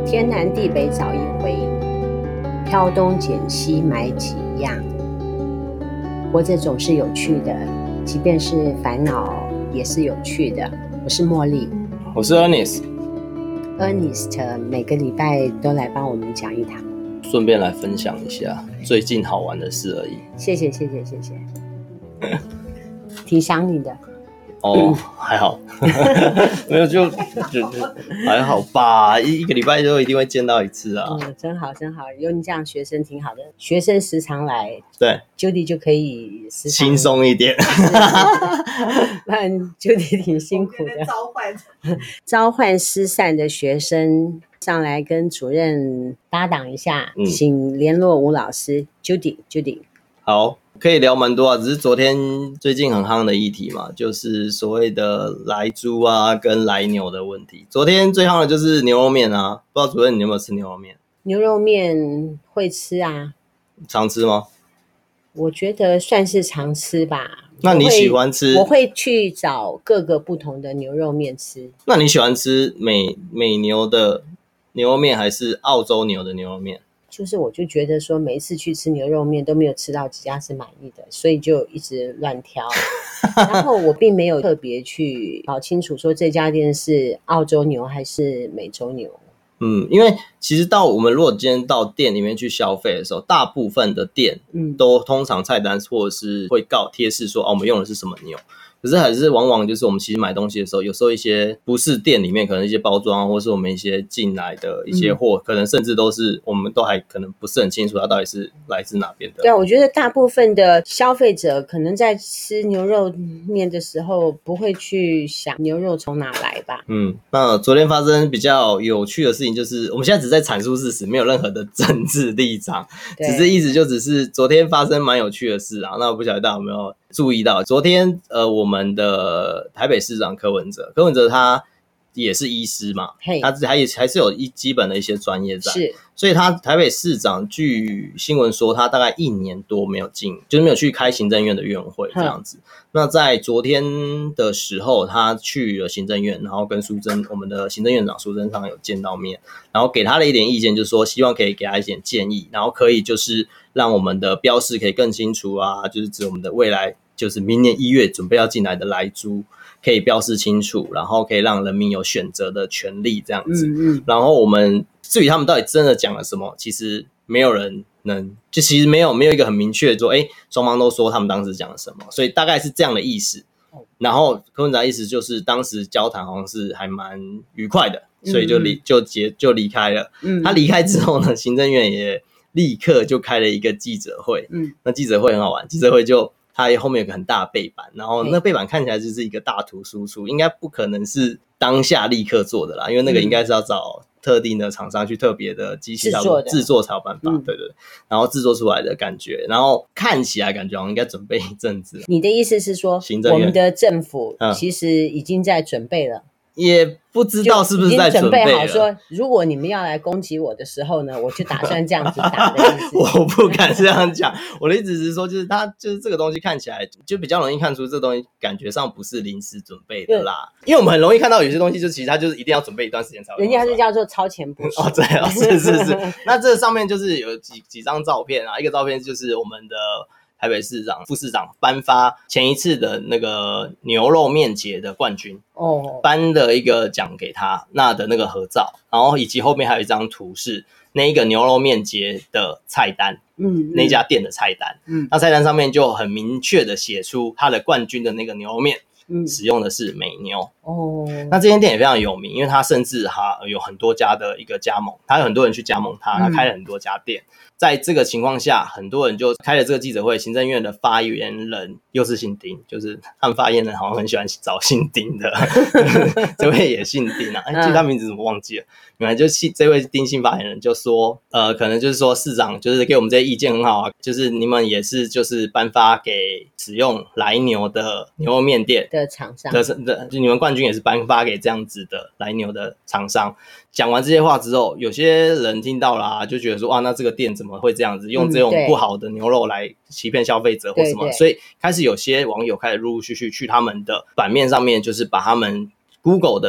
天南地北找一回，挑东拣西买几样。活着总是有趣的，即便是烦恼也是有趣的。我是茉莉， 我是 Ernest 每个礼拜都来帮我们讲一堂， 顺便来分享一下最近好玩的事而已。 谢谢挺想你的哦，还好没有就还好吧，一个礼拜就一定会见到一次啊。 真好，有你这样学生挺好的，学生时常来， 对 Judy 就可以时常轻松一点不然 Judy 挺辛苦的，召唤失散的学生上来跟主任搭档一下，请联络吴老师 Judy。 好，可以聊蛮多啊，只是昨天最近很夯的议题嘛，就是所谓的来猪啊跟来牛的问题。昨天最夯的就是牛肉面啊，不知道主任你有没有吃牛肉面？ 牛肉面会吃啊， 常吃吗？ 我觉得算是常吃吧。 那你喜欢吃？ 我会去找各个不同的牛肉面吃。 那你喜欢吃美牛的牛肉面还是澳洲牛的牛肉面？ 我就觉得说每一次去吃牛肉面都没有吃到几家是满意的，所以就一直乱挑然后我并没有特别去搞清楚说这家店是澳洲牛还是美洲牛。 因为其实我们如果今天到店里面去消费的时候，大部分的店都通常菜单或者是会贴示说我们用的是什么牛，可是还是往往就是我们其实买东西的时候，有时候一些不是店里面可能一些包装或是我们一些进来的一些货，可能甚至都是我们都还可能不是很清楚它到底是来自哪边的。 对啊，我觉得大部分的消费者可能在吃牛肉面的时候不会去想牛肉从哪来吧。 那昨天发生比较有趣的事情，就是我们现在只在阐述事实，没有任何的政治立场，只是意思就只是昨天发生蛮有趣的事啊。那我不晓得大家有没有注意到，昨天我们的台北市长柯文哲他也是医师嘛，他还是有基本的一些专业在，是，所以他台北市长据新闻说他大概1年多没有就是没有去开行政院的院会这样子。那在昨天的时候他去了行政院，然后跟我们的行政院长苏贞昌有见到面，然后给他了一点意见，就是说希望可以给他一点建议，然后可以就是让我们的标示可以更清楚啊，就是指我们的未来就是明年1月准备要进来的来猪可以标示清楚，然后可以让人民有选择的权利这样子。然后我们至于他们到底真的讲了什么，其实没有人就其实没有一个很明确说双方都说他们当时讲了什么，所以大概是这样的意思。然后柯文哲的意思就是当时交谈好像是还蛮愉快的，所以就离开了。他离开之后呢，行政院也立刻就开了一个记者会。那记者会很好玩，记者会就它后面有个很大的背板，然后那背板看起来就是一个大图输出，应该不可能是当下立刻做的啦，因为那个应该是要找特定的厂商去特别的机器制作才有办法。对，然后制作出来的感觉，然后看起来感觉好像应该准备一阵子。 你的意思是说我们的政府其实已经在准备了， 也不知道是不是在准备了，已经准备好说如果你们要来攻击我的时候呢，我就打算这样子打的意思我不敢这样讲，我的意思是说就是它就是这个东西看起来就比较容易看出这东西感觉上不是临时准备的啦，因为我们很容易看到有些东西就其实它就是一定要准备一段时间才会， 人家是叫做超前部署。 对啊，是那这上面就是有几张照片啊，一个照片就是我们的台北市长、副市长颁发前一次的那个牛肉面节的冠军，颁的一个奖给他，那的那个合照，然后以及后面还有一张图是那一个牛肉面节的菜单，那家店的菜单，那菜单上面就很明确的写出他的冠军的那个牛肉面使用的是美牛。那这间店也非常有名，因为他甚至有很多家的一个加盟，他有很多人去加盟他开了很多家店。在这个情况下，很多人就开了这个记者会，行政院的发言人又是姓丁，就是他们发言人好像很喜欢找姓丁的这位也姓丁啊，其实他名字怎么忘记了，原来就这位丁姓发言人就说可能就是说市长就是给我们这些意见很好啊，就是你们也是就是颁发给使用来牛的牛肉面店的厂商就你们冠军也是颁发给这样子的来牛的厂商。讲完这些话之后，有些人听到啦，就觉得说哇，那这个店怎么会这样子用这种不好的牛肉来欺骗消费者或什么，所以开始有些网友开始陆陆续续去他们的版面上面，就是把他们 Google 的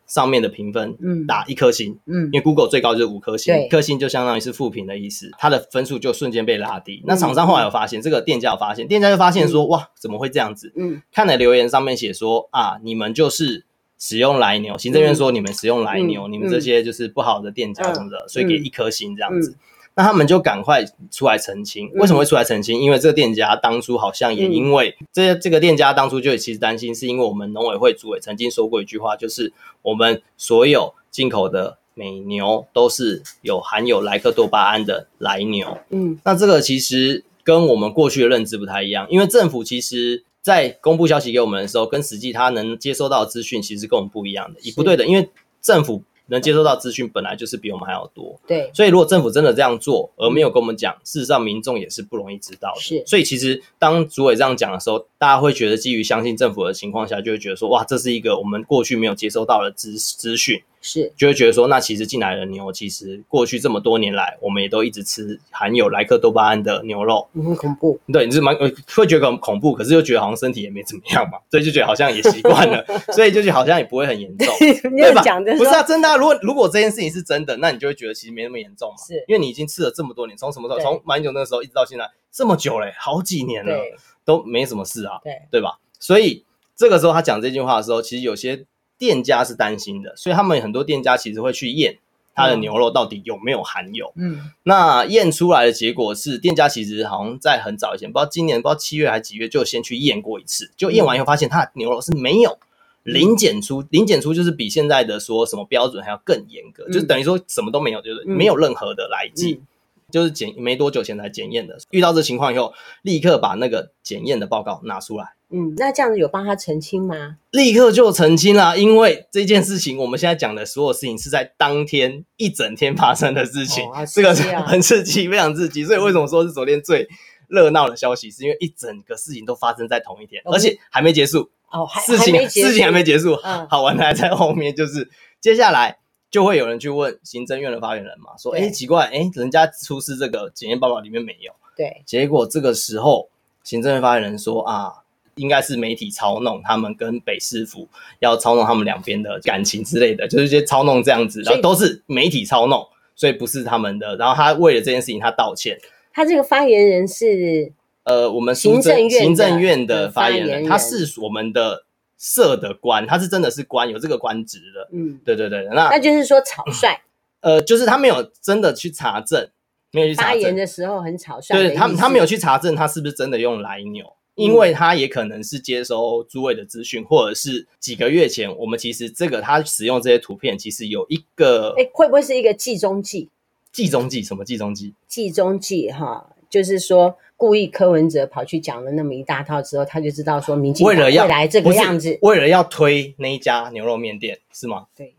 上面的评分打1颗星，因为 Google 最高就是5颗星，1颗星就相当于是负评的意思，它的分数就瞬间被拉低。那厂商后来有发现，这个店家有发现，店家就发现说，哇，怎么会这样子？看了留言上面写说啊，你们就是使用来牛，行政院说你们使用来牛，你们这些就是不好的店家什么的，所以给1颗星这样子。那他们就赶快出来澄清，为什么会出来澄清？因为这个店家当初好像也因为这个店家当初就其实担心，是因为我们农委会主委曾经说过一句话，就是我们所有进口的美牛都是含有莱克多巴胺的来牛。那这个其实跟我们过去的认知不太一样，因为政府其实在公布消息给我们的时候，跟实际他能接收到的资讯其实跟我们不一样的，也不对的，因为政府能接收到资讯本来就是比我们还要多， 对， 所以如果政府真的这样做而没有跟我们讲，事实上民众也是不容易知道的。 是， 所以其实当主委这样讲的时候，大家会觉得基于相信政府的情况下，就会觉得说，哇，这是一个我们过去没有接收到的资讯， 是， 就会觉得说，那其实进来的牛，其实过去这么多年来，我们也都一直吃含有莱克多巴胺的牛肉， 很恐怖。 对，你是会觉得很恐怖，可是又觉得好像身体也没怎么样嘛，所以就觉得好像也习惯了，所以就觉得好像也不会很严重，对吧？不是啊，真的啊，如果这件事情是真的，那你就会觉得其实没那么严重嘛， 是因为你已经吃了这么多年，从什么时候？从马英九那个时候一直到现在这么久嘞，好几年了，都没什么事啊，对吧？所以这个时候他讲这句话的时候，其实有些店家是担心的，所以他们很多店家其实会去验它的牛肉到底有没有含有。那验出来的结果是，店家其实好像在很早以前，不知道今年不知道7月还几月就先去验过一次，就验完以后发现它的牛肉是没有零检出，零检出就是比现在的说什么标准还要更严格，就是等于说什么都没有，就是没有任何的来剂。就是没多久前才检验的，遇到这情况以后，立刻把那个检验的报告拿出来。 那这样子有帮他澄清吗？ 立刻就澄清啦，因为这件事情我们现在讲的所有事情是在当天一整天发生的事情，这个很刺激，非常刺激。所以为什么说是昨天最热闹的消息，是因为一整个事情都发生在同一天，而且还没结束。事情还没结束，好玩的还在后面，就是接下来就会有人去问行政院的发言人嘛，说奇怪，人家出示这个检验报告里面没有， 对， 结果这个时候行政院发言人说啊，应该是媒体操弄他们跟北市府，要操弄他们两边的感情之类的，就是一些操弄这样子，然后都是媒体操弄，所以不是他们的。然后他为了这件事情他道歉。 他这个发言人是我们行政院的发言人，他是我们的社的官，他是真的是官，有这个官职的。对，那就是说草率。 就是他没有真的去查证，没有去查证。 发言的时候很草率。 对，他没有去查证他是不是真的用来牛，因为他也可能是接收诸位的资讯，或者是几个月前我们其实这个他使用这些图片，其实有一个会不会是一个计中计？ 计中计什么计中计？ 计中计哈，就是说故意柯文哲跑去讲了那么一大套之后，他就知道说民进党会来这个样子， 为了要推那一家牛肉面店是吗？ 对。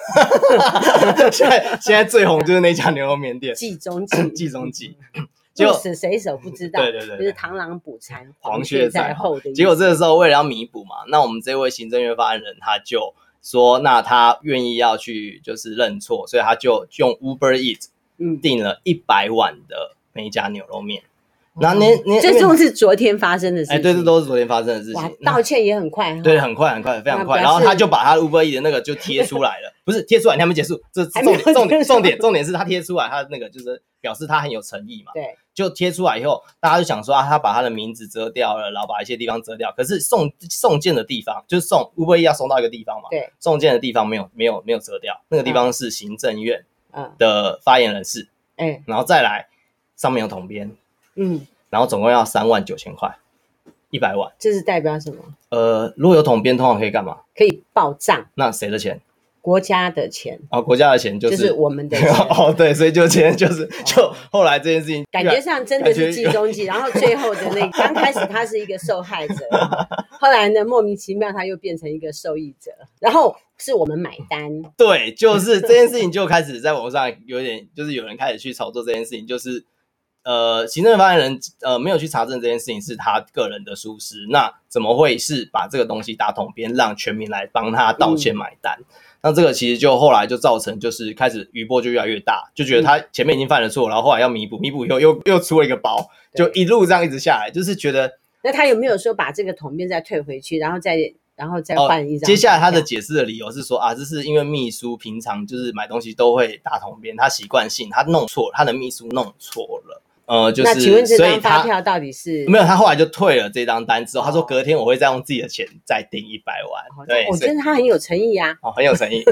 现在最红就是那家牛肉面店， 计中计， 计中计。 鹿死谁手不知道， 对， 就是螳螂捕蝉，黄雀在后的意思。 结果这个时候为了要弥补嘛，那我们这位行政院发言人他就说，那他愿意要去就是认错，所以他就用 Uber Eats 订了100碗的那一家牛肉面。然后这都是昨天发生的事情。 对，这都是昨天发生的事情。 哇，道歉也很快。 对，很快，非常快。然后他就把他的 Uber Eats 的那个就贴出来了，不是贴出来，你还没结束。这重点是他贴出来，他那个就是表示他很有诚意嘛。 对，就贴出来以后，大家就想说他把他的名字遮掉了，然后把一些地方遮掉。可是送件的地方就是Uber Eats要送到一个地方嘛， 对， 送件的地方没有遮掉，那个地方是行政院的发言人室，然后再来上面有统编，然后总共要39000块，100碗。 这是代表什么？ 如果有统编，通常可以干嘛？ 可以报账。 那谁的钱？ 国家的钱。 国家的钱就是我们的钱。 对，所以就后来这件事情， 感觉上真的是计中计，然后最后的那刚开始他是一个受害者，后来呢莫名其妙他又变成一个受益者，然后是我们买单。 对，就是这件事情就开始在网络上有点，就是有人开始去炒作这件事情，就是行政发言人没有去查证这件事情是他个人的疏失，那怎么会是把这个东西打统编，让全民来帮他道歉买单？那这个其实就后来就造成就是开始余波就越来越大，就觉得他前面已经犯了错，然后后来要弥补以后又出了一个包，就一路这样一直下来，就是觉得那他有没有说把这个统编再退回去，然后再然后再换一张、 接下来他的解释的理由是说这是因为秘书平常就是买东西都会打统编，他习惯性他弄错了，他的秘书弄错了。就是那请问这张发票到底是没有？他后来就退了这张单之后，他说隔天我会再用自己的钱再订100万。对， 我觉得他很有诚意啊。 很有诚意。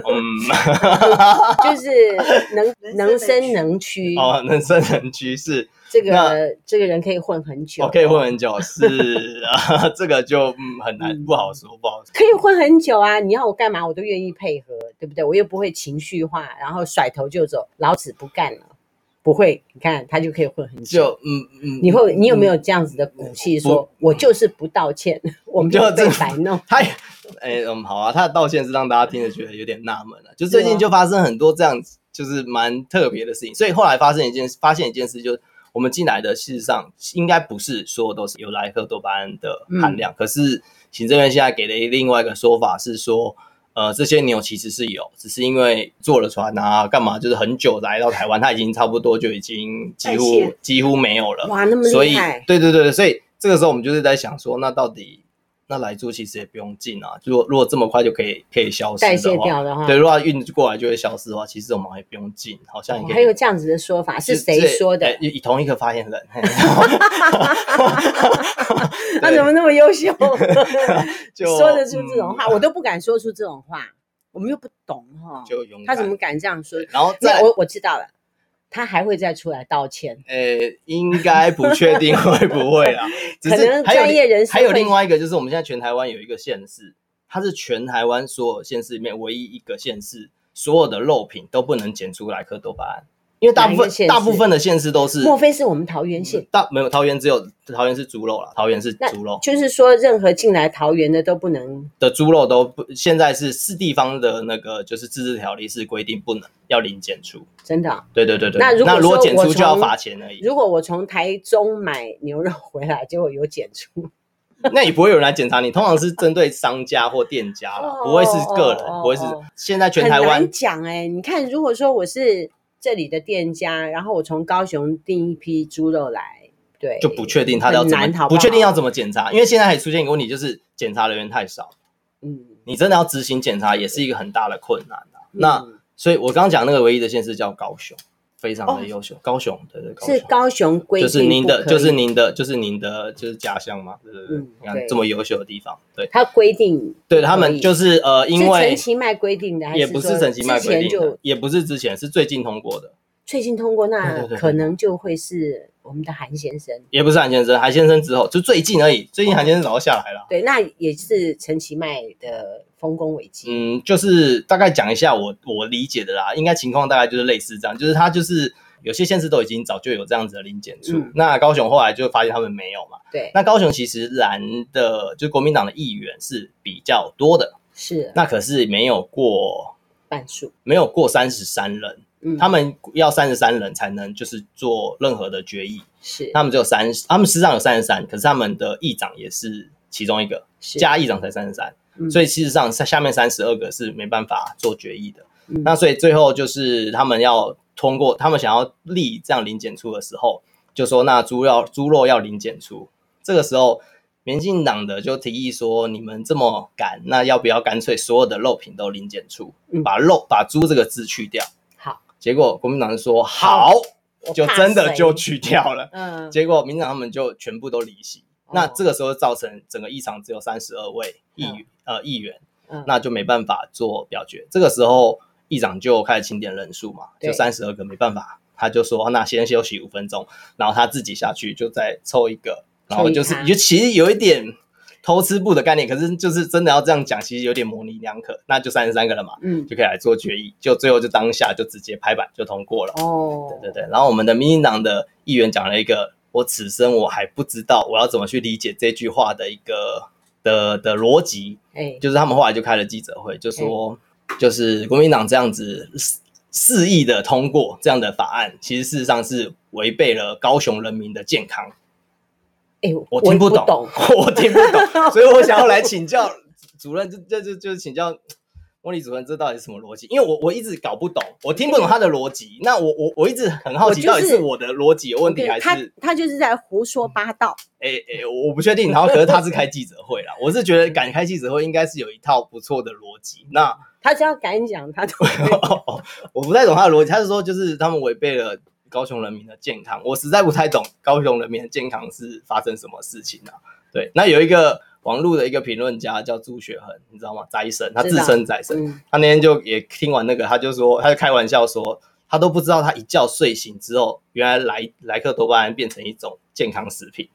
就是能伸能屈。 能伸能屈是这个人可以混很久。 可以混很久是这个就很难，不好说。 可以混很久啊！你要我干嘛我都愿意配合，对不对？我又不会情绪化，然后甩头就走，老子不干了。不会，你看他就可以混很久。你有没有这样子的骨气说，我就是不道歉，我们就被摆弄？ 好啊，他的道歉是让大家听着觉得有点纳闷了。就最近就发生很多这样就是蛮特别的事情，所以后来发现一件事，就是我们进来的事实上应该不是所有都是有莱克多巴胺的含量，可是行政院现在给了另外一个说法是说。这些牛其实是有，只是因为坐了船干嘛，就是很久来到台湾，它已经差不多就已经几乎没有了。 哇，那么厉害！ 所以对，所以这个时候我们就是在想说，那到底莱猪其实也不用进啊，如果这么快就可以消失的话， 代谢掉的话， 对，如果它运过来就会消失的话，其实我们也不用进，好像也可以。 还有这样子的说法，是谁说的？ 以同一个发言人。 他怎么那么优秀？说得出这种话，我都不敢说出这种话，我们又不懂哈。他怎么敢这样说？ 然后我知道了，他还会再出来道歉。 应该不确定会不会啦。 可能专业人士还有另外一个，就是我们现在全台湾有一个县市，它是全台湾所有县市里面唯一一个县市，所有的肉品都不能检出莱克多巴胺。因为大部分的县市都是， 莫非是我们桃园县？ 没有，桃园是猪肉啦，桃园是猪肉， 就是说任何进来桃园的都不能的猪肉都不，现在是地方的那个就是自治条例是规定不能要零检出， 真的、 对。那如果检出就要罚钱而已。 如果我从台中买牛肉回来，结果有检出。 那也不会有人来检查你，通常是针对商家或店家啦，不会是个人，不会是。现在全台湾很难讲你看，如果说我是这里的店家，然后我从高雄订一批猪肉来，对， 就不确定他要怎么，不确定要怎么检查，因为现在还出现一个问题，就是检查人员太少。你真的要执行检查，也是一个很大的困难那所以我刚刚讲那个唯一的县市叫高雄。非常的优秀，高雄，对， 是高雄规定就是您的就是家乡嘛，对。你看这么优秀的地方，对， 他规定， 对他们就是因为是陈其迈规定的，还是也不是陈其迈规定的，也不是之前，是最近通过的。 最近通过，那可能就会是我们的韩先生， 也不是韩先生，韩先生之后就最近而已，最近韩先生早就下来了。 对，那也是陈其迈的丰功伟绩。 就是大概讲一下我理解的啦，应该情况大概就是类似这样，就是他就是有些县市都已经早就有这样子的零检出，那高雄后来就发现他们没有嘛。 对， 那高雄其实蓝的，就是国民党的议员是比较多的， 是， 那可是没有过半数， 没有过33人。他们要33人才能就是做任何的决议， 是他们只有他们实际上有33，可是他们的议长也是其中一个，加议长才33，所以事实上下面32个是没办法做决议的。那所以最后就是他们要通过，他们想要立这样零检出的时候，就说那猪肉要零检出，这个时候民进党的就提议说，你们这么赶，那要不要干脆所有的肉品都零检出，把猪这个字去掉？结果国民党说好，就真的就去掉了。结果民进党他们就全部都离席。那这个时候造成整个议场只有32位议员，那就没办法做表决。这个时候议长就开始清点人数嘛，就32个没办法，他就说那先休息5分钟，然后他自己下去就再抽一个，然后就其实有一点偷吃布的概念，可是就是真的要这样讲，其实有点模棱两可。那就33个了嘛，就可以来做决议，就最后就当下就直接拍板就通过了。对。然后我们的民进党的议员讲了一个，我此生我还不知道我要怎么去理解这句话的一个的逻辑，就是他们后来就开了记者会，就说就是国民党这样子肆意的通过这样的法案，其实事实上是违背了高雄人民的健康。我听不懂，我听不懂，所以我想要来请教主任，就是请教茉莉主任这到底是什么逻辑？因为我一直搞不懂，我听不懂他的逻辑。那我一直很好奇，到底是我的逻辑有问题，还是他就是在胡说八道？ 我不确定。然后可是他是开记者会啦，我是觉得敢开记者会应该是有一套不错的逻辑。那他只要敢讲，他都我不太懂他的逻辑。他是说就是他们违背了高雄人民的健康，我实在不太懂高雄人民的健康是发生什么事情啊？对，那有一个网络的一个评论家叫朱学恒，你知道吗？宅神，他自称宅神。他那天就也听完那个，他就开玩笑说，他都不知道他一觉睡醒之后，原来莱克多巴胺变成一种健康食品。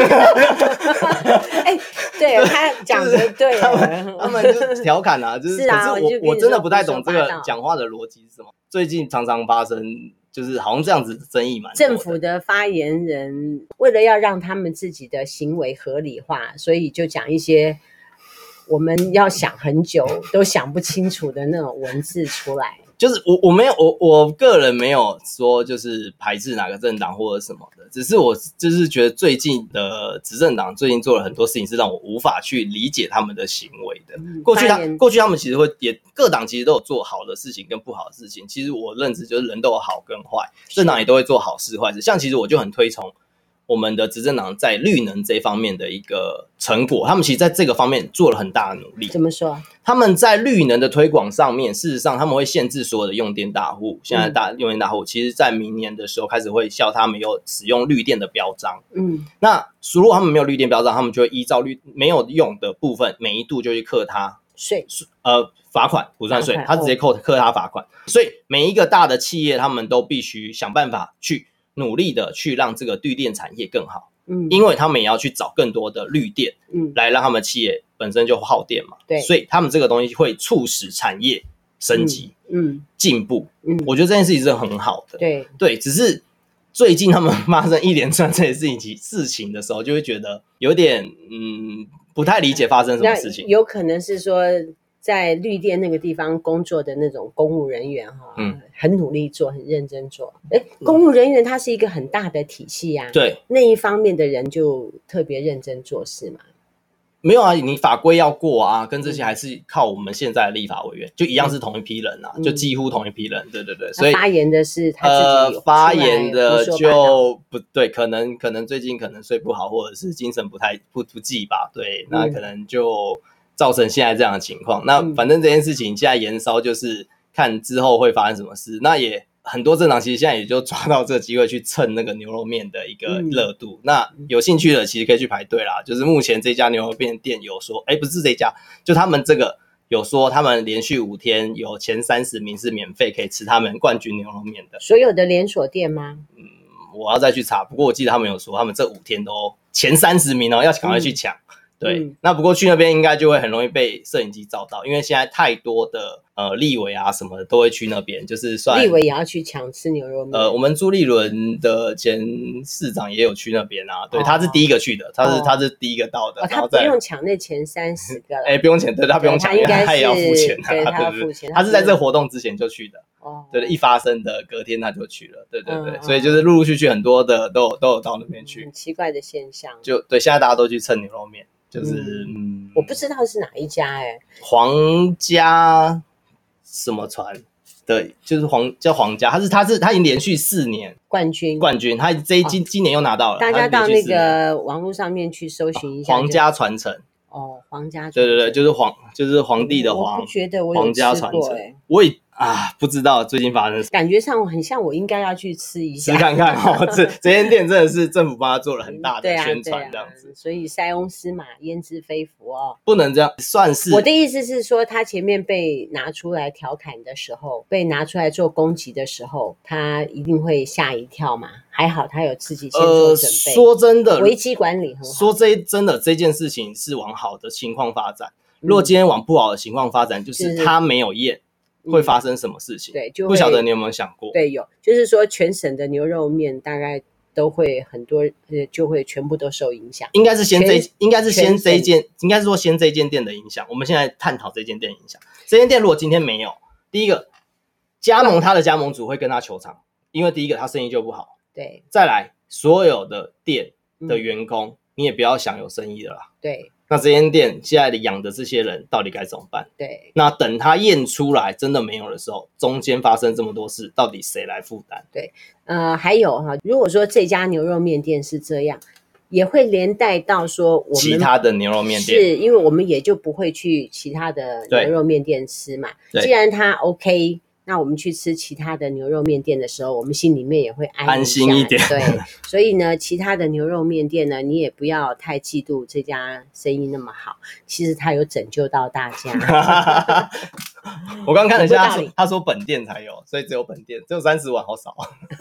对，他讲的对， 他们就调侃啊，就是可是我真的不太懂这个讲话的逻辑是什么。最近常常发生，就是好像这样子争议蛮多的。 政府的发言人为了要让他们自己的行为合理化，所以就讲一些我们要想很久都想不清楚的那种文字出来。 就是我个人没有说就是排斥哪个政党或者什么的，只是我就是觉得最近的执政党最近做了很多事情是让我无法去理解他们的行为的。过去他们其实各党其实都有做好的事情跟不好的事情，其实我认知就是人都有好跟坏，政党也都会做好事坏事。像其实我就很推崇我们的执政党在绿能这方面的一个成果，他们其实在这个方面做了很大的努力。 怎么说？ 他们在绿能的推广上面，事实上他们会限制所有的用电大户。现在用电大户，其实在明年的时候开始会叫他们有使用绿电的标章。那如果他们没有绿电标章，他们就会依照没有用的部分，每一度就去课他税， 罚款，不算税，他直接课他罚款。所以每一个大的企业，他们都必须想办法去努力的去让这个绿电产业更好。因为他们也要去找更多的绿电，来让他们企业本身就耗电嘛，对，所以他们这个东西会促使产业升级，进步，我觉得这件事情是很好的，对，只是最近他们发生一连串这些事情的时候，就会觉得有点不太理解发生什么事情。 有可能是说在绿电那个地方工作的那种公务人员很努力做，很认真做。公务人员他是一个很大的体系啊， 对， 那一方面的人就特别认真做事嘛。 没有啊，你法规要过啊，跟这些还是靠我们现在的立法委员，就一样是同一批人啊，就几乎同一批人，对对对。所以发言的是他自己发言的就不对，可能最近可能睡不好，或者是精神不济吧，对，那可能就造成现在这样的情况。那反正这件事情现在延烧，就是看之后会发生什么事。那也很多政党其实现在也就抓到这个机会去蹭那个牛肉面的一个热度。那有兴趣的其实可以去排队啦。就是目前这家牛肉面店有说，不是这家，就他们这个有说他们连续5天有前30名是免费可以吃他们冠军牛肉面的。 所有的连锁店吗？ 我要再去查。不过我记得他们有说，他们这5天都前30名要赶快去抢。对，那不过去那边应该就会很容易被摄影机照到，因为现在太多的立委啊什么的都会去那边，就是算立委也要去抢吃牛肉面。 我们朱立伦的前市长也有去那边啊，对，他是第一个去的，他是第一个到的， 他不用抢那前30个了， 不用钱，对，他不用抢，因为他也要付钱的， 对，他要付钱， 他是在这个活动之前就去的，对，一发生的隔天他就去了，对对对，所以就是陆陆续续很多的都有到那边去， 很奇怪的现象， 就对，现在大家都去蹭牛肉面。就是我不知道是哪一家皇家什么船对，就是叫皇家，他已经连续4年冠军，他今年又拿到了。 大家到那个网络上面去搜寻一下皇家传承。 皇家传承， 对对对，就是皇帝的皇， 我不觉得我有皇家传承，我也不知道最近发生什么， 感觉上很像我应该要去吃一下， 吃看看这间店真的是政府帮他做了很大的宣传，这样子， 所以塞翁失马焉知非福不能这样，算是我的意思是说，他前面被拿出来调侃的时候，被拿出来做攻击的时候，他一定会吓一跳嘛。还好他有自己先做准备。 说真的， 危机管理很好。 说真的，这件事情是往好的情况发展。如果今天往不好的情况发展，就是他没有验。会发生什么事情？ 对，就不晓得你有没有想过？ 对，有，就是说全省的牛肉面大概都会很多，就会全部都受影响。 应该是先这间店的影响。我们现在探讨这间店影响。这间店如果今天没有，第一个加盟他的加盟主会跟他求偿，因为第一个他生意就不好。 对， 再来所有的店的员工，你也不要想有生意的啦。 对。 那这间店现在养的这些人到底该怎么办？ 对， 那等他验出来真的没有的时候，中间发生这么多事，到底谁来负担？ 对，还有如果说这家牛肉面店是这样，也会连带到说我们其他的牛肉面店， 是因为我们也就不会去其他的牛肉面店吃嘛。既然它 OK， 那我们去吃其他的牛肉面店的时候，我们心里面也会安心一点。 对，所以呢，其他的牛肉面店呢，你也不要太嫉妒这家生意那么好，其实它有拯救到大家。 我刚看了一下，他说本店才有，所以只有本店，只有30碗，好少。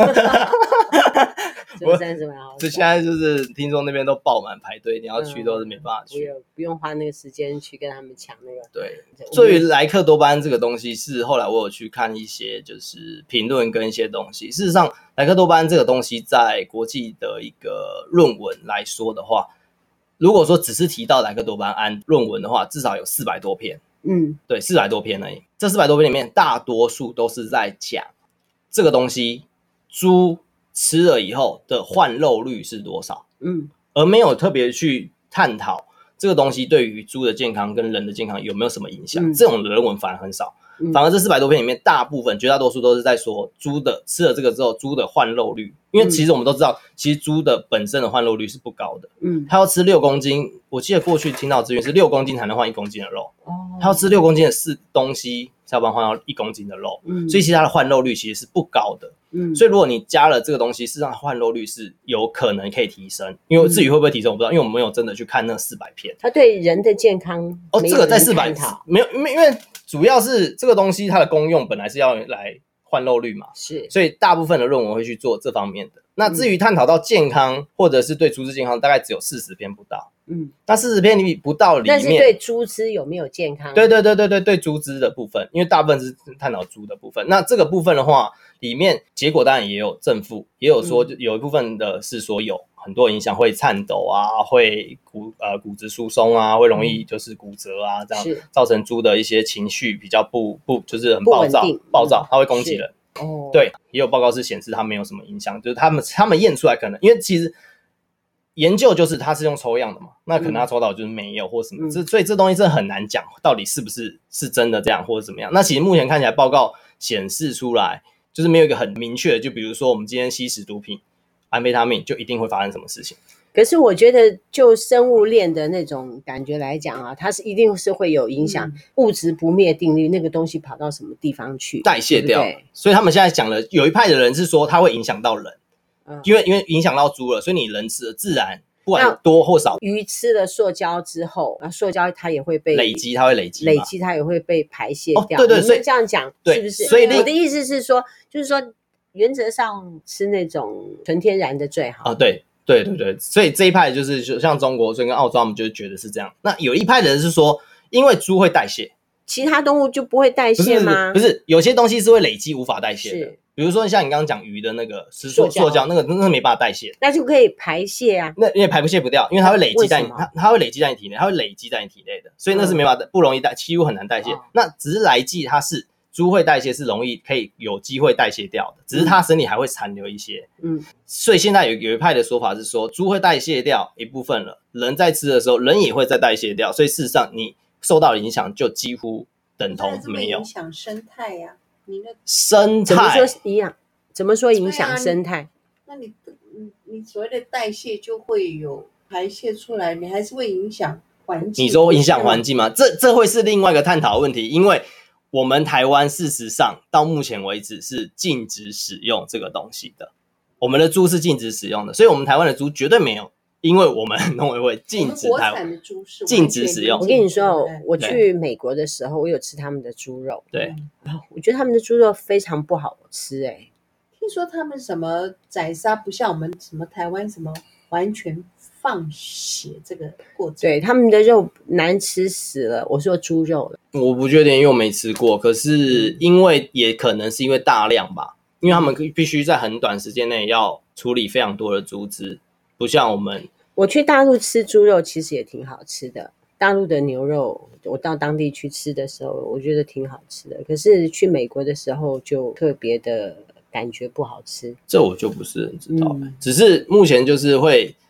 只有30碗，好少。 所以现在就是听说那边都爆满排队，你要去都是没办法去， 不用花那个时间去跟他们抢那个。 对，对于莱克多巴胺这个东西，是后来我有去看一些就是评论跟一些东西。事实上，莱克多巴胺这个东西在国际的一个论文来说的话，如果说只是提到莱克多巴胺论文的话，至少有400多篇。对，400多篇而已。这400多篇里面，大多数都是在讲这个东西猪吃了以后的换肉率是多少，而没有特别去探讨这个东西对于猪的健康跟人的健康有没有什么影响。这种人文反而很少，反而这400多篇里面，绝大多数都是在说猪的吃了这个之后猪的换肉率。因为其实我们都知道，其实猪的本身的换肉率是不高的。它要吃6公斤，我记得过去听到资讯是6公斤才能换1公斤的肉。它要吃6公斤的东西才有办法换到1公斤的肉。所以其实它的换肉率其实是不高的。所以如果你加了这个东西，事实上换肉率是有可能可以提升。因为至于会不会提升我不知道，因为我们没有真的去看那400篇。 它对人的健康这个在400没有，因为主要是这个东西它的功用本来是要来换肉率嘛，所以大部分的论文会去做这方面的。那至于探讨到健康或者是对猪只健康，大概只有40篇不到。那40篇不到里面， 但是对猪只有没有健康？ 对猪只的部分，因为大部分是探讨猪的部分。那这个部分的话，里面结果当然也有正负，也有说有一部分的是说有很多影响，会颤抖啊，会骨质疏松啊，会容易就是骨折啊，这样造成猪的一些情绪比较不就是很暴躁，它会攻击人。对，也有报告是显示它没有什么影响，就是他们验出来可能，因为其实研究就是它是用抽样的嘛，那可能它抽到就是没有或什么，所以这东西真的很难讲到底是不是真的这样或者怎么样。那其实目前看起来报告显示出来，就是没有一个很明确的，就比如说我们今天吸食毒品安非他命就一定会发生什么事情。 可是我觉得就生物链的那种感觉来讲啊，它是一定是会有影响。物质不灭定律，那个东西跑到什么地方去代谢掉，对不对？所以他们现在讲了，有一派的人是说它会影响到人，因为影响到猪了，所以你人吃了自然不管多或少。 鱼吃了塑胶之后，塑胶它也会被累积，它会累积它也会被排泄掉。 对，所以这样讲是不是？所以我的意思是说，就是说原则上吃那种纯天然的最好。 对，所以这一派就是像中国，所以跟澳洲他们就觉得是这样。那有一派的人是说，因为猪会代谢， 其他动物就不会代谢吗？ 不是，有些东西是会累积无法代谢的。比如说像你刚刚讲鱼的那个塑胶，那个没办法代谢， 那就可以排泄啊。 那因为排泄不掉，因为它会累积在你，它会累积在你体内，它会累积在你体内的，所以那是没办法不容易几乎很难代谢。那只是来剂它是。猪会代谢是可以有机会代谢掉的，只是它身体还会残留一些。所以现在有一派的说法是说，猪会代谢掉一部分了，人在吃的时候，人也会再代谢掉，所以事实上你受到的影响就几乎等同没有。 影响生态呀，你的生态怎么说一样？怎么说影响生态？ 那你所谓的代谢就会有排泄出来，你还是会影响环境。 你说影响环境吗？这会是另外一个探讨的问题，因为我们台湾事实上到目前为止是禁止使用这个东西的，我们的猪是禁止使用的，所以我们台湾的猪绝对没有，因为我们农委会禁止台湾禁止使用。 我跟你说，我去美国的时候，我有吃他们的猪肉， 对， 我觉得他们的猪肉非常不好吃听说他们什么宰杀不像我们什么台湾什么完全放血这个过程， 对，他们的肉难吃死了。我说猪肉了， 我不确定，因为我没吃过。可是因为也可能是因为大量吧，因为他们必须在很短时间内要处理非常多的猪只，不像我们。 我去大陆吃猪肉其实也挺好吃的，大陆的牛肉我到当地去吃的时候，我觉得挺好吃的。可是去美国的时候就特别的感觉不好吃， 这我就不是很知道。只是目前就是会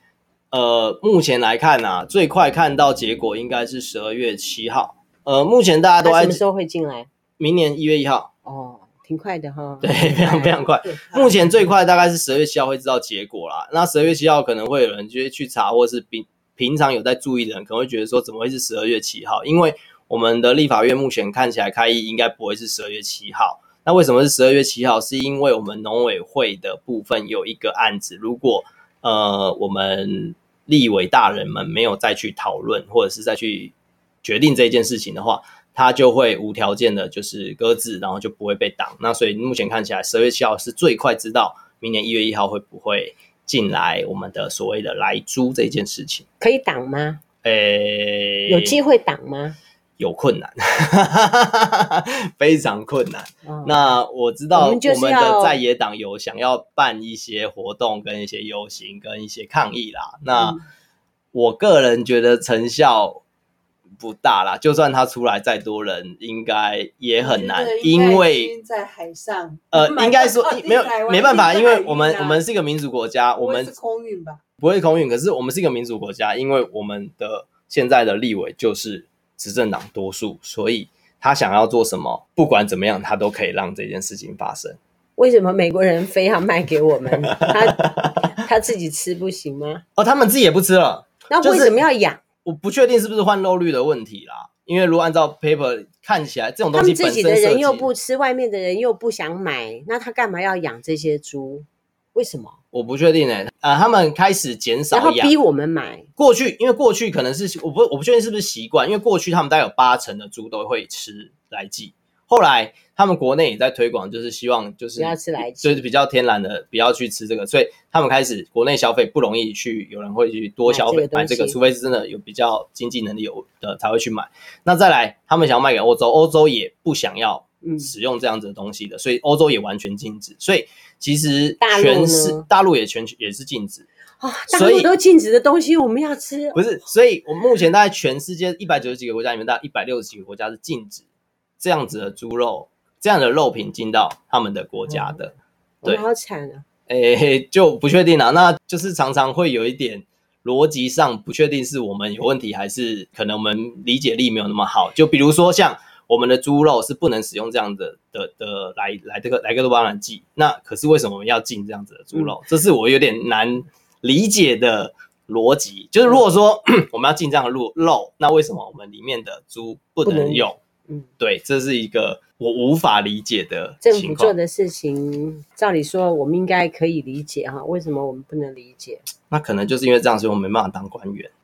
目前来看啊，最快看到结果应该是12月7号。目前大家都在什么时候会进来？ 明年1月1号。 哦，挺快的哈。 对，非常非常快。目前最快大概是12月7号会知道结果啦。那12月7号可能会有人就会去查，或是平常有在注意的人可能会觉得说，怎么会是12月7号？因为我们的立法院目前看起来开议应该不会是12月7号。那为什么是12月7号？是因为我们农委会的部分有一个案子，如果我们立委大人们没有再去讨论，或者是再去决定这件事情的话，它就会无条件的就是搁置，然后就不会被挡。那所以目前看起来12月7号是最快知道明年1月1号会不会进来我们的所谓的来猪这件事情。 可以挡吗？有机会挡吗？ 有困难非常困难。那我知道我们的在野党有想要办一些活动跟一些游行跟一些抗议啦，那我个人觉得成效不大啦，就算他出来再多人应该也很难，因为在海上应该说没办法，因为我们是一个民主国家，我们不会是空运吧？ 不会空运，可是我们是一个民主国家，因为我们的现在的立委就是执政党多数，所以他想要做什么，不管怎么样，他都可以让这件事情发生。 为什么美国人非要卖给我们？他自己吃不行吗？ 他们自己也不吃了。 那为什么要养？ 我不确定是不是换肉率的问题啦，因为如果按照 paper 看起来，这种东西本身他们自己的人又不吃，外面的人又不想买，那他干嘛要养这些猪？为什么？ 我不确定他们开始减少养， 然后逼我们买。 因为过去可能是我不确定是不是习惯，因为过去他们大概有80%的猪都会吃来剂，后来他们国内也在推广，就是希望就是不要吃来剂， 就是比较天然的，不要去吃这个，所以他们开始国内消费不容易有人会去多消费买这个，除非是真的有比较经济能力有的才会去买。那再来，他们想要卖给欧洲，欧洲也不想要使用这样子的东西的，所以欧洲也完全禁止。所以其实大陆也是禁止。 大陆都禁止的东西我们要吃？ 不是，所以我们目前大概全世界190几个国家里面，大概160几个国家是禁止这样子的猪肉，这样的肉品进到他们的国家的。对， 好惨啊！ 就不确定啦，那就是常常会有一点逻辑上不确定是我们有问题，还是可能我们理解力没有那么好。就比如说像我们的猪肉是不能使用这样的莱克多巴胺剂，那可是为什么我们要进这样子的猪肉？这是我有点难理解的逻辑。就是如果说我们要进这样的肉，那为什么我们里面的猪不能用？对，这是一个我无法理解的情况。 政府做的事情，照理说我们应该可以理解哈，为什么我们不能理解？ 那可能就是因为这样，所以我们没办法当官员。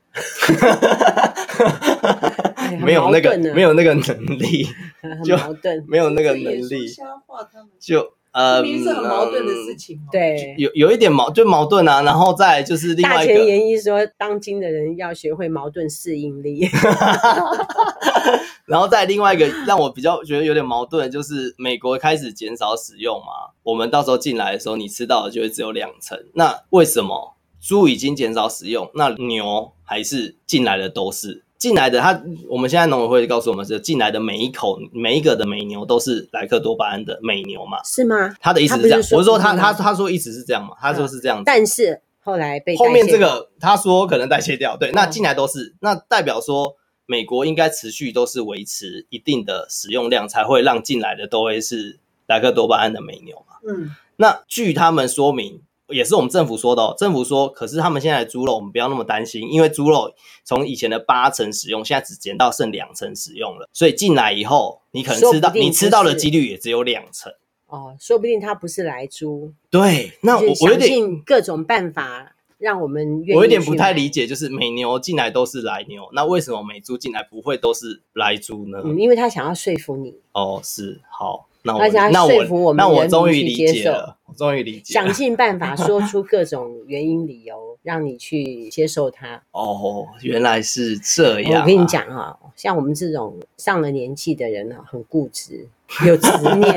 没有那个能力，就没有那个能力，就明明是很矛盾的事情。 对， 有一点矛盾啊，然后再来就是另外一个。大前研一说，当今的人要学会矛盾适应力。 然后再另外一个让我比较觉得有点矛盾的就是美国开始减少使用嘛，我们到时候进来的时候你吃到的就会只有2成。那为什么猪已经减少使用，那牛还是进来的都是进来的？我们现在农委会告诉我们是进来的每一个的美牛都是莱克多巴胺的美牛嘛？ 是吗？ 他的意思是这样，我是说他说意思是这样嘛？他说是这样子， 但是后来被后面这个他说可能代谢掉，对，那进来都是，那代表说美国应该持续都是维持一定的使用量，才会让进来的都会是莱克多巴胺的美牛嘛。那据他们说明，也是我们政府说的哦，政府说，可是他们现在的猪肉我们不要那么担心，因为猪肉从以前的8成使用，现在只减到剩2成使用了，所以进来以后你可能吃到的几率也只有2成。 说不定它不是来猪。 对，那我有点想尽各种办法让我们愿意。 我有点不太理解，就是美牛进来都是来牛，那为什么美猪进来不会都是来猪呢？ 因为他想要说服你。 是好，那我终于理解了，我终于理解了， 想尽办法说出各种原因理由，让你去接受它。 原来是这样。 我跟你讲像我们这种上了年纪的人很固执，有执念，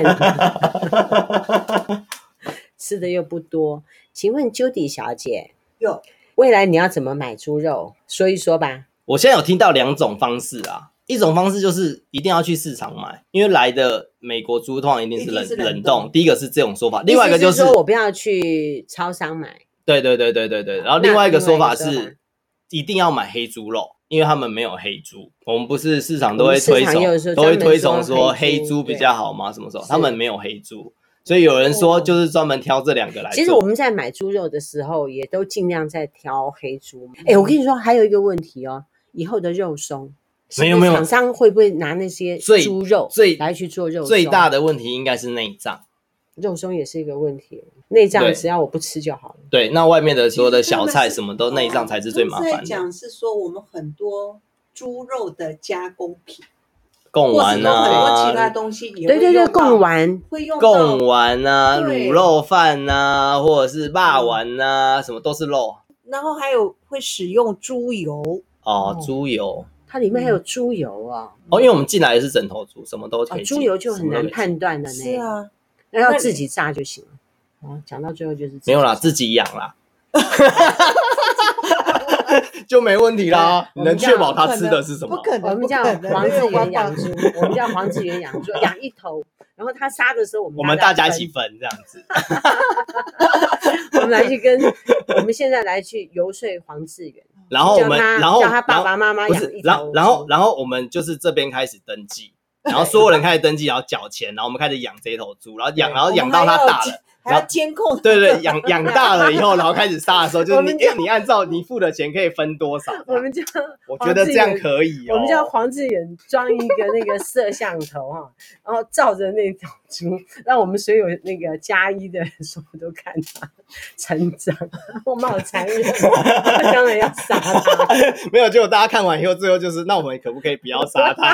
吃的又不多。请问 Judy 小姐，未来你要怎么买猪肉？说一说吧。 我现在有听到2种方式啊。一种方式就是一定要去市场买，因为来的美国猪通常一定是冷冻。第一个是这种说法，另外一个就是说我不要去超商买。 对，然后另外一个说法那另外一个说是一定要买黑猪肉，因为他们没有黑猪。我们不是市场都会推崇说黑猪比较好吗？什么时候他们没有黑猪，所以有人说就是专门挑这两个来做。 其实我们在买猪肉的时候，也都尽量在挑黑猪。我跟你说，还有一个问题哦，以后的肉松， 没有厂商会不会拿那些猪肉来去做肉松？ 最大的问题应该是内脏。 肉松也是一个问题，内脏只要我不吃就好了。 对，那外面的所有的小菜什么都内脏才是最麻烦的。 在讲是说我们很多猪肉的加工品， 贡丸啊， 很多其他东西也会对，贡丸会用到贡丸啊，卤肉饭啊，或者是霸丸啊，什么都是肉。 然后还有会使用猪油猪油， 它里面还有猪油啊。 因为我们进来的是整头猪，什么都可以进。 猪油就很难判断的呢。 是啊， 那要自己炸就行了。讲到最后就是没有啦，自己养啦。就没问题啦，你能确保他吃的是什么？ 不可能， 我们叫黄志源养猪，我们叫黄志源养猪，养一头，然后他杀的时候，我们大家一起分这样子。 我们来去我们现在来去游说黄志源， 然后叫他爸爸妈妈养一头， 然后我们就是这边开始登记，然后所有人开始登记，然后缴钱，然后我们开始养这头猪，然后养到它大了。 还要监控， 对，养大了以后，然后开始杀的时候，就是你按照你付的钱可以分多少？我觉得这样可以我们叫黄志远装一个那个摄像头哈，然后照着那头猪，让我们所有那个加一的人说都看他成长。我们好残忍，当然要杀他。 没有，结果大家看完以后，最后就是那我们可不可以不要杀他？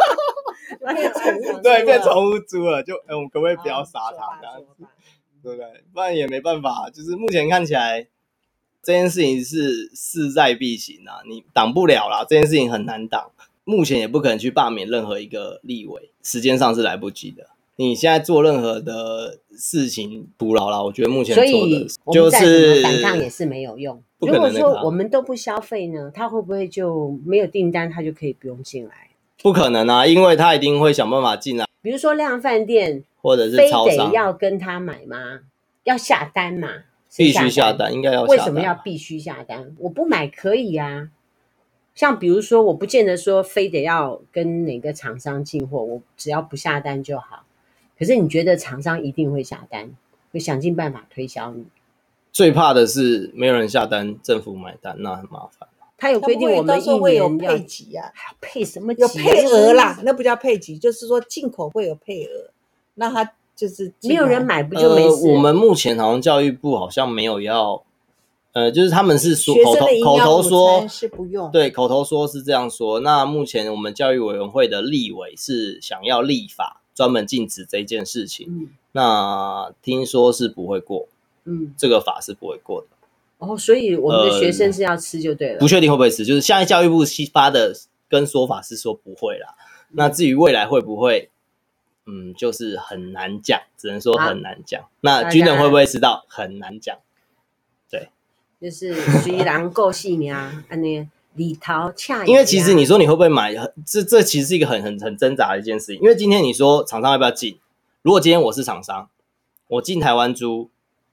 对，变宠物猪了，就我们可不可以不要杀他？这样子。对不对？不然也没办法，就是目前看起来这件事情是势在必行啊，你挡不了啦，这件事情很难挡。目前也不可能去罢免任何一个立委，时间上是来不及的。你现在做任何的事情徒劳啦，我觉得目前做的就是反抗也是没有用。如果说我们都不消费呢，他会不会就没有订单，他就可以不用进来？ 不可能啊，因为他一定会想办法进来。 比如说量贩店。 或者是超商， 非得要跟他买吗？要下单嘛？ 必须下单，应该要下单。 为什么要必须下单？我不买可以啊。像比如说，我不见得说非得要跟哪个厂商进货，我只要不下单就好。可是你觉得厂商一定会下单，会想尽办法推销你？ 最怕的是没有人下单，政府买单，那很麻烦。 他有规定我们一年有配给啊， 还要配什么？ 有配额啦，那不叫配给，就是说进口会有配额。那他就是没有人买不就没事？ 我们目前好像教育部好像没有要，就是他们是说口头说是不用， 对，口头说是这样说。那目前我们教育委员会的立委是想要立法专门禁止这件事情，那听说是不会过，这个法是不会过的。 所以我们的学生是要吃就对了， 不确定会不会吃，就是现在教育部发的跟说法是说不会啦。那至于未来会不会？就是很难讲，只能说很难讲。那军人会不会知道？很难讲。对， 就是虽然够细命，安尼里头恰。 因为其实你说你会不会买，这其实是一个很挣扎的一件事情。因为今天你说厂商要不要进？如果今天我是厂商，我进台湾猪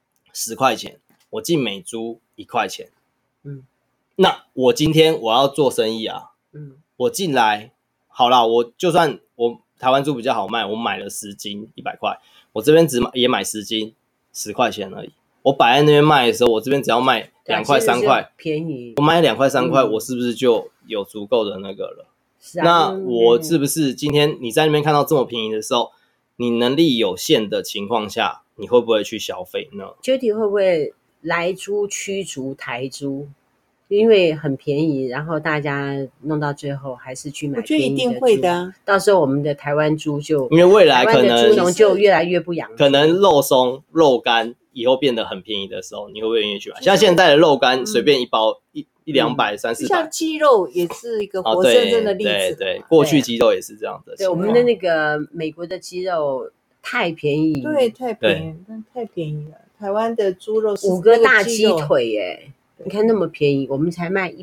10块钱，我进美猪1块钱，那我今天我要做生意啊，我进来好啦，我就算我。台湾猪比较好卖，我买了10斤100块，我这边也买10斤10块钱而已。我摆在那边卖的时候，我这边只要卖2块3块， 便宜。 我买2块3块，我是不是就有足够的那个了？ 是啊。 那我是不是今天你在那边看到这么便宜的时候，你能力有限的情况下，你会不会去消费呢 ？Judy 会不会来猪驱逐台猪？因为很便宜，然后大家弄到最后还是去买便宜的猪。 我觉得一定会的。 到时候我们的台湾猪就， 因为未来可能台湾的猪农就越来越不养， 可能肉松、肉干以后变得很便宜的时候，你会不会愿意去买？像现在的肉干随便一包100-200、300-400， 像鸡肉也是一个活生生的例子。 对，过去鸡肉也是这样的。 对，我们的那个美国的鸡肉太便宜， 对，太便宜了。台湾的猪肉 5个大鸡腿耶。你看那么便宜，我们才卖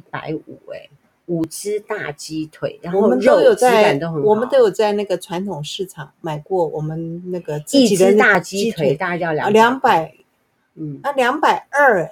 1505只大鸡腿，然后肉质感都很好。 我们都有在那个传统市场买过，我们那个一只大鸡腿大概要200， 220，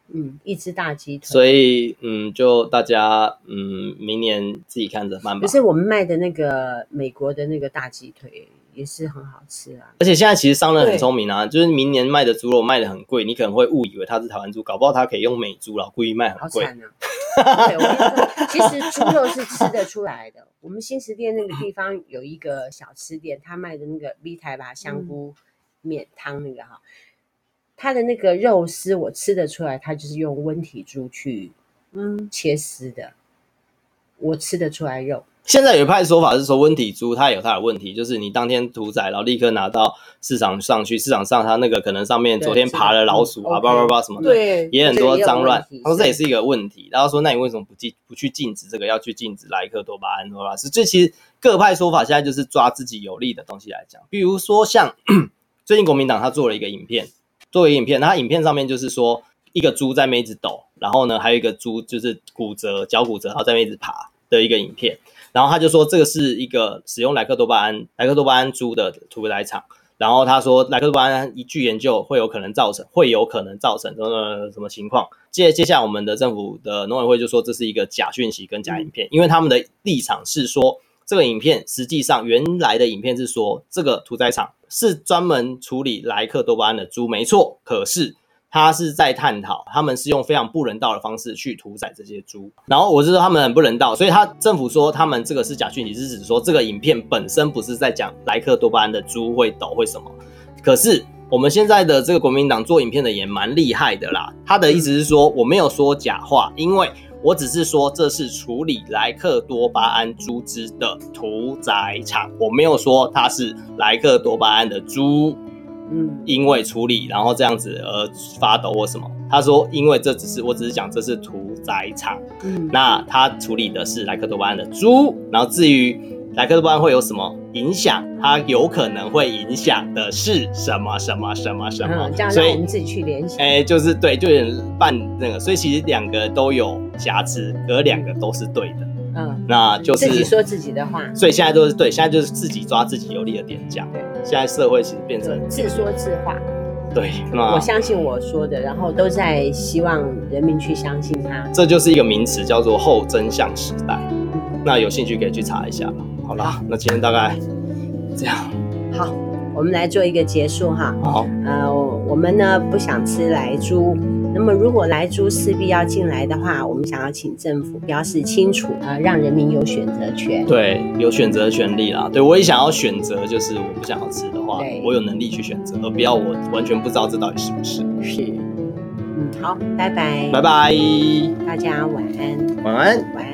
一只大鸡腿。 所以就大家明年自己看着办吧。 可是我们卖的那个美国的那个大鸡腿也是很好吃啊。 而且现在其实商人很聪明啊，就是明年卖的猪肉卖的很贵，你可能会误以为它是台湾猪，搞不好它可以用美猪，然后故意卖很贵。 好惨啊！对，我跟你说，其实猪肉是吃得出来的。我们新食店那个地方有一个小吃店，他卖的那个 V 台吧香菇面汤那个哈，它的那个肉丝我吃得出来，它就是用温体猪去切丝的，我吃得出来肉。 现在有一派说法是说温体猪它有它的问题，就是你当天屠宰，然后立刻拿到市场上去，市场上它那个可能上面昨天爬了老鼠啊，什么的， 对， 也很多脏乱。他说这也是一个问题，然后说那你为什么不去禁止这个，要去禁止莱克多巴胺？这其实各派说法现在就是抓自己有利的东西来讲，比如说像最近国民党他做了一个影片，他影片上面就是说一个猪在那边一直抖，然后呢还有一个猪就是脚骨折，然后在那边一直爬的一个影片。然后他就说这个是一个使用莱克多巴胺猪的屠宰场，然后他说莱克多巴胺据研究会有可能造成什么情况。接下来我们的政府的农委会就说这是一个假讯息跟假影片，因为他们的立场是说这个影片实际上原来的影片是说这个屠宰场是专门处理莱克多巴胺的猪没错，可是他是在探讨他们是用非常不人道的方式去屠宰这些猪，然后我是说他们很不人道，所以政府说他们这个是假讯息，是指说这个影片本身不是在讲莱克多巴胺的猪会抖会什么。可是我们现在的这个国民党做影片的也蛮厉害的啦，他的意思是说我没有说假话，因为我只是说这是处理莱克多巴胺猪只的屠宰场，我没有说它是莱克多巴胺的猪因为处理然后这样子而发抖或什么。他说因为我只是讲这是屠宰场，那他处理的是莱克多巴胺的猪，然后至于莱克多巴胺会有什么影响，它有可能会影响的是什么什么什么什么， 这样让我们自己去联想。 就是对，就有点半那个，所以其实两个都有瑕疵，可两个都是对的。那就是自己说自己的话， 所以现在都是对，现在就是自己抓自己有利的点讲。现在社会其实变成自说自话。 对， 我相信我说的，然后都在希望人民去相信他。 这就是一个名词，叫做后真相时代。那有兴趣可以去查一下。好啦，那今天大概这样。 好，我们来做一个结束哈。 好， 我们呢不想吃莱猪，那么如果莱猪势必要进来的话，我们想要请政府标示清楚，让人民有选择权。 对，有选择权利啦。对，我也想要选择，就是我不想要吃的话，我有能力去选择，而不要我完全不知道这到底是不是。 是，好，拜拜， 拜拜， 大家晚安， 晚安， 晚安。